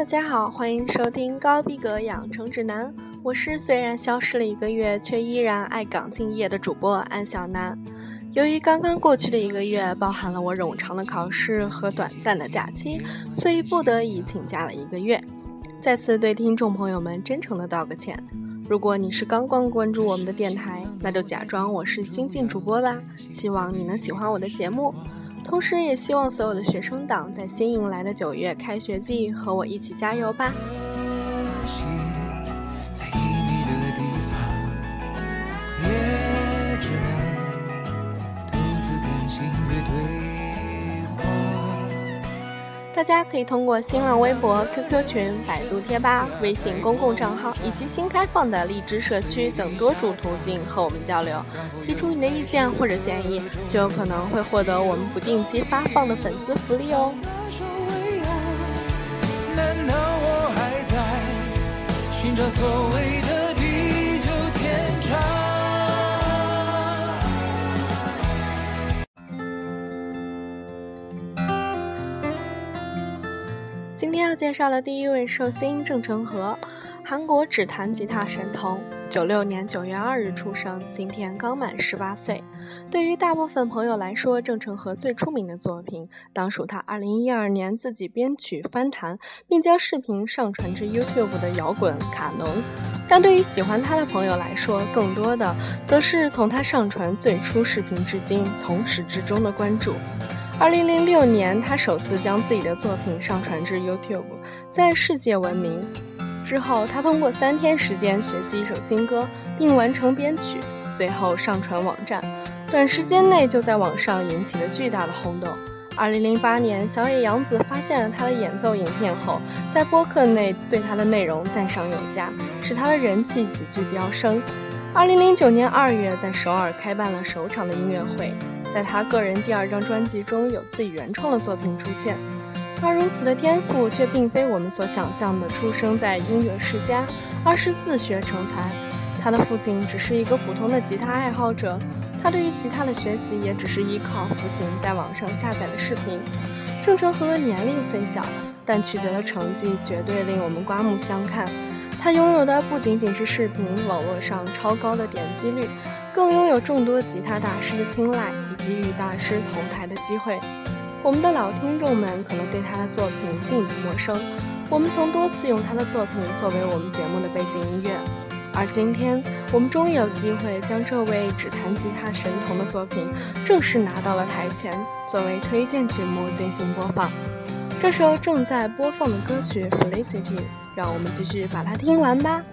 家好，欢迎收听高逼格养成指南，我是虽然消失了1个月却依然爱岗敬业的主播安小南。由于刚刚过去的1个月包含了我冗长的考试和短暂的假期，所以不得已请假了1个月，再次对听众朋友们真诚的道个歉。如果你是刚刚关注我们的电台，那就假装我是新晋主播吧，希望你能喜欢我的节目。同时也希望所有的学生党在新迎来的9月开学季和我一起加油吧。在异地的地方也只能独自跟星月对话。大家可以通过新浪微博、QQ 群、百度贴吧、微信公共账号以及新开放的荔枝社区等多种途径和我们交流，提出你的意见或者建议，就有可能会获得我们不定期发放的粉丝福利哦。难道我还在寻找所谓的地久天长？今天要介绍的第一位寿星郑成和，韩国指弹吉他神童，96年9月2日出生，今天刚满18岁。对于大部分朋友来说，郑成和最出名的作品当属他2012年自己编曲翻弹并将视频上传至 YouTube 的摇滚卡农。但对于喜欢他的朋友来说，更多的则是从他上传最初视频至今从始至终的关注。2006年，他首次将自己的作品上传至 YouTube， 在世界闻名。之后，他通过3天时间学习一首新歌，并完成编曲，随后上传网站，短时间内就在网上引起了巨大的轰动。2008年，小野洋子发现了他的演奏影片后，在播客内对他的内容赞赏有加，使他的人气急剧飙升。2009年2月，在首尔开办了首场的音乐会，在他个人第2张专辑中有自己原创的作品出现。他如此的天赋却并非我们所想象的出生在音乐世家，而是自学成才。他的父亲只是一个普通的吉他爱好者，他对于吉他的学习也只是依靠父亲在网上下载的视频。郑成和年龄虽小，但取得的成绩绝对令我们刮目相看。他拥有的不仅仅是视频网络上超高的点击率，更拥有众多吉他大师的青睐以及与大师同台的机会。我们的老听众们可能对他的作品并不陌生，我们曾多次用他的作品作为我们节目的背景音乐，而今天我们终于有机会将这位指弹吉他神童的作品正式拿到了台前，作为推荐曲目进行播放。这首正在播放的歌曲 Felicity， 让我们继续把它听完吧。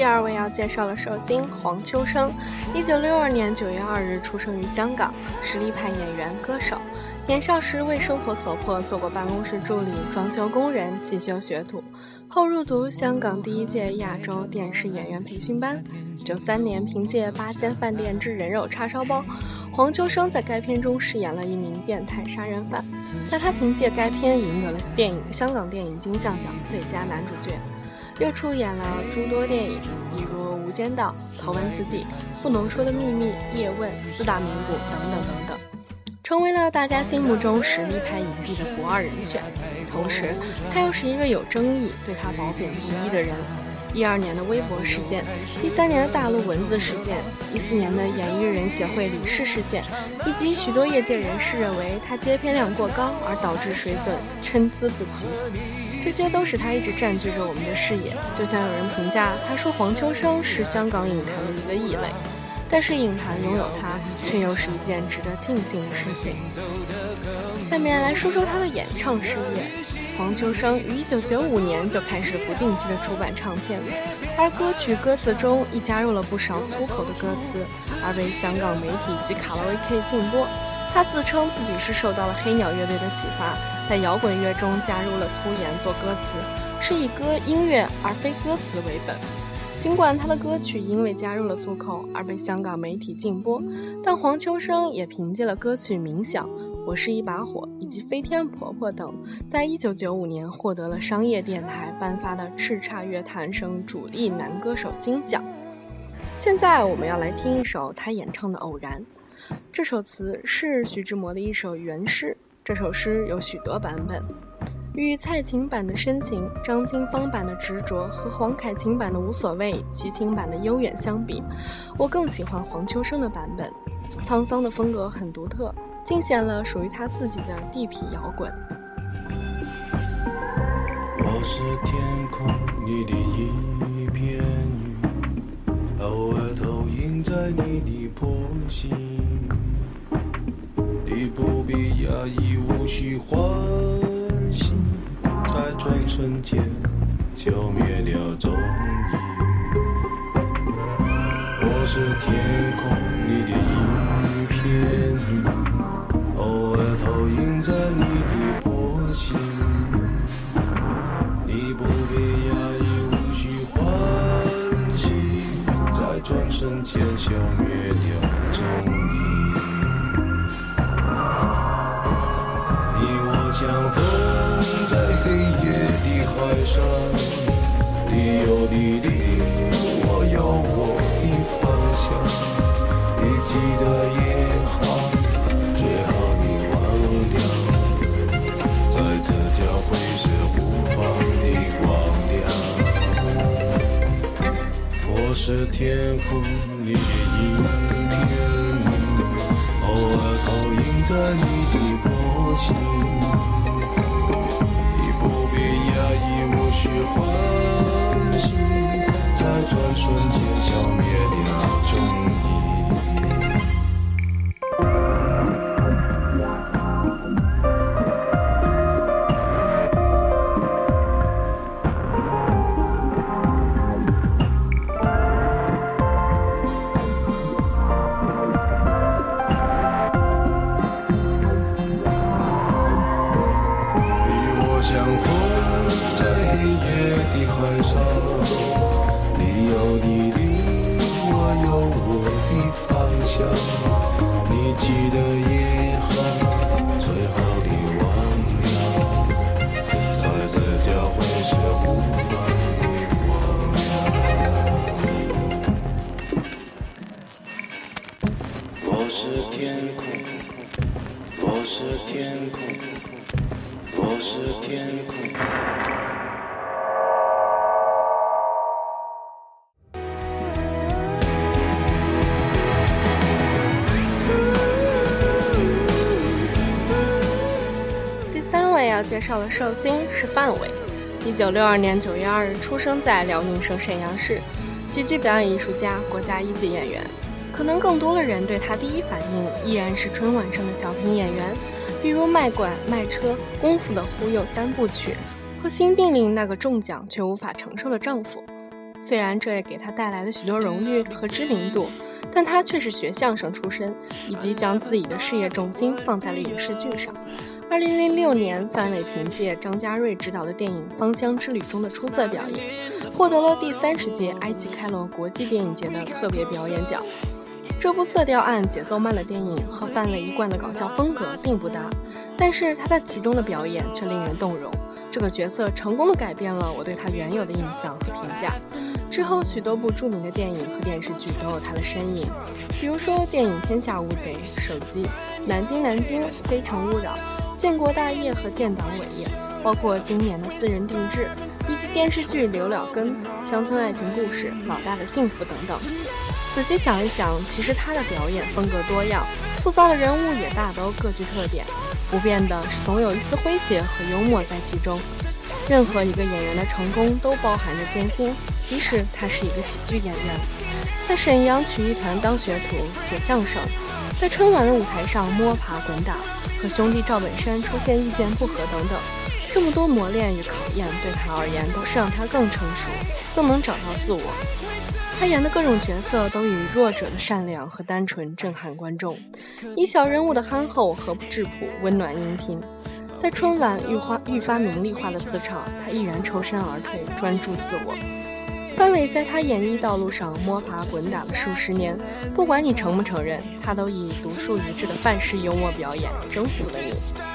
第二位要介绍的寿星黄秋生，1962年9月2日出生于香港，实力派演员、歌手。年少时为生活所迫做过办公室助理、装修工人、汽修学徒，后入读香港第一届亚洲电视演员培训班。93年凭借《八仙饭店之人肉叉烧包》，黄秋生在该片中饰演了一名变态杀人犯，但他凭借该片赢得了香港电影金像奖最佳男主角，又出演了诸多电影，比如《无间道》、《头文字 D》、《不能说的秘密》、《叶问》、《四大名捕》等等等等，成为了大家心目中实力派影帝的不二人选。同时他又是一个有争议、对他褒贬不一的人。12年的微博事件，13年的大陆文字事件，14年的演艺人协会理事事件，以及许多业界人士认为他接片量过高而导致水准参差不齐，这些都使他一直占据着我们的视野。就像有人评价他说黄秋生是香港影坛的一个异类，但是影坛拥有他却又是一件值得庆幸的事情。下面来说说他的演唱事业。黄秋生于1995年就开始不定期的出版唱片，而歌曲歌词中亦加入了不少粗口的歌词，而被香港媒体及卡拉 OK 禁播。他自称自己是受到了黑鸟乐队的启发，在摇滚乐中加入了粗言做歌词，是以音乐而非歌词为本。尽管他的歌曲因为加入了粗口而被香港媒体禁播，但黄秋生也凭借了歌曲《冥想》、我是一把火以及飞天婆婆等，在1995年获得了商业电台颁发的叱咤乐坛省主力男歌手金奖。现在我们要来听一首他演唱的《偶然》，这首词是徐志摩的一首原诗，这首诗有许多版本，与蔡琴版的深情、张金芳版的执着和黄凯芹版的无所谓、齐秦版的悠远相比，我更喜欢黄秋生的版本。沧桑的风格很独特，尽显了属于他自己的地痞摇滚。 我是天空里的一片云，偶尔投影在你的波心，你不必压抑，无需欢喜，在转瞬间消灭了踪影。我是天空里的一片云，偶尔投影在你的波心，你不必压抑，无需欢喜，在转瞬间消灭了踪影。你我相逢在黑夜的海上，你有你的，我有我的方向。你记得也好，最好你忘掉，在这交汇时互放的光亮。我是天空里的一片云，偶尔投影在你的波心，你不必压抑，无需欢喜，在转瞬间消灭了踪影。相逢在黑夜的海上，你有你的，我有我的方向。你记得也好，最好的忘了，在这交汇时无法的光亮。我是天空，我是天空，我是天空。 第3位要介绍的寿星是范伟，1962年9月2日出生在辽宁省沈阳市，喜剧表演艺术家，国家1级演员。可能更多的人对他第一反应依然是春晚上的小品演员，比如卖拐、卖车、功夫的忽悠3部曲和新病令那个中奖却无法承受的丈夫。 虽然这也给他带来了许多荣誉和知名度，但他却是学相声出身，以及将自己的事业重心放在了影视剧上。2006年，范伟凭借张家瑞执导的电影《芳香之旅》中的出色表演，获得了第30届埃及开罗国际电影节的特别表演奖。这部色调暗、节奏慢的电影和范伟一贯的搞笑风格并不搭，但是他在其中的表演却令人动容。这个角色成功地改变了我对他原有的印象和评价。之后许多部著名的电影和电视剧都有他的身影，比如说电影《天下无贼》、手机、南京、非诚勿扰、建国大业和建党伟业，包括今年的私人定制，以及电视剧《刘了根》、乡村爱情故事、老大的幸福等等。仔细想一想，其实他的表演风格多样，塑造的人物也大都各具特点，不变的是总有一丝诙谐和幽默在其中。任何一个演员的成功都包含着艰辛，即使他是一个喜剧演员。在沈阳曲艺团当学徒写相声，在春晚的舞台上摸爬滚打，和兄弟赵本山出现意见不合等等，这么多磨练与考验对他而言都是让他更成熟，更能找到自我。他演的各种角色都以弱者的善良和单纯震撼观众，以小人物的憨厚和质朴温暖音频。在春晚愈发名利化的磁场，他毅然抽身而退，专注自我。范伟在他演艺道路上摸爬滚打了数十年，不管你承不承认，他都以独树一帜的范式幽默表演征服了你。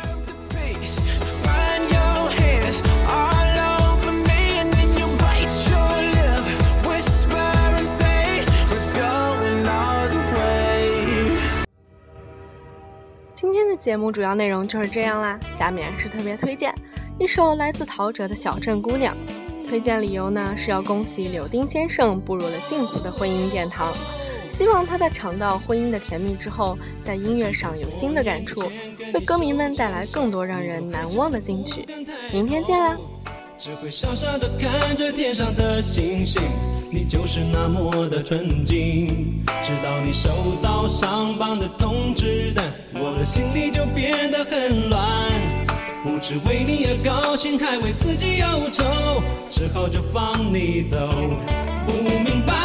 今天的节目主要内容就是这样啦，下面是特别推荐一首来自陶喆的《小镇姑娘》。推荐理由呢是要恭喜柳丁先生步入了幸福的婚姻殿堂，希望他在尝到婚姻的甜蜜之后，在音乐上有新的感触，为歌迷们带来更多让人难忘的金曲。明天见啦！ 只会傻傻地看着天上的星星，你就是那么的纯净，直到你收到上榜的通知单，我的心里就变得很乱，不只为你而高兴，还为自己忧愁，只好就放你走。不明白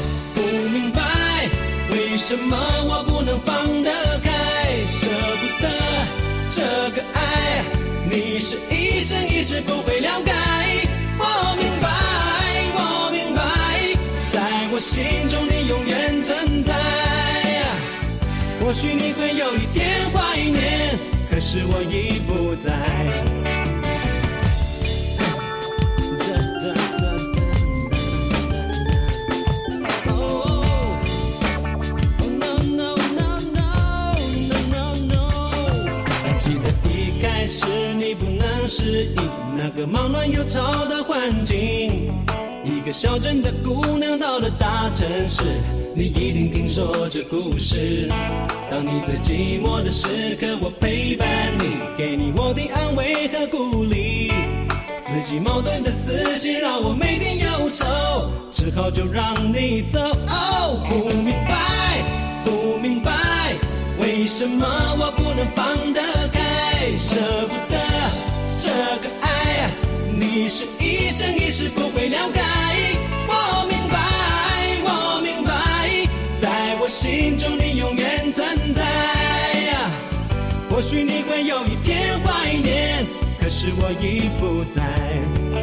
为什么我不能放得开，舍不得这个爱，你是一生一世不会了解。我明白，在我心中你永远存在。或许你会有一天怀念，可是我已不在。你不能适应那个忙乱又吵的环境，一个小镇的姑娘到了大城市，你一定听说这故事。当你最寂寞的时刻，我陪伴你，给你我的安慰和鼓励。自己矛盾的思绪让我每天忧愁，只好就让你走。不明白为什么我不能放得开，舍不得这个爱，你是一生一世不会了解。我明白，在我心中你永远存在。或许你会有一天怀念，可是我已不在。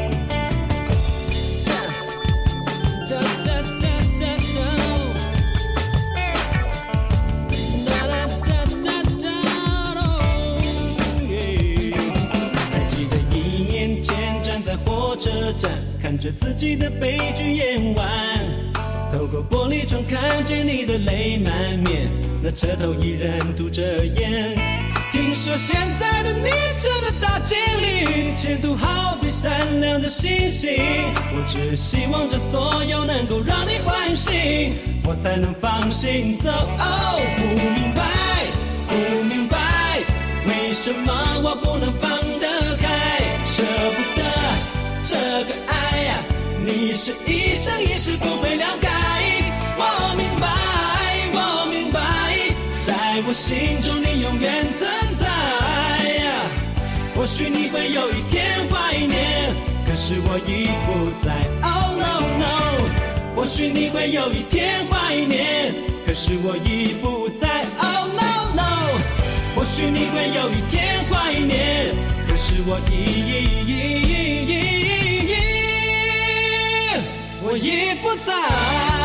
看着自己的悲剧演完，透过玻璃窗看见你的泪满面，那车头依然吐着烟。听说现在的你真的大经理，前途好比闪亮的星星，我只希望这所有能够让你欢喜，我才能放心走。不明白为什么我不能放得开，舍不得这个爱，你是一生一世不会了解。我明白，在我心中你永远存在。或许你会有一天怀念，可是我已不在。Oh no no 或许你会有一天怀念，可是我已不在。Oh no no， 或许你会有一天怀念，可是我已不在。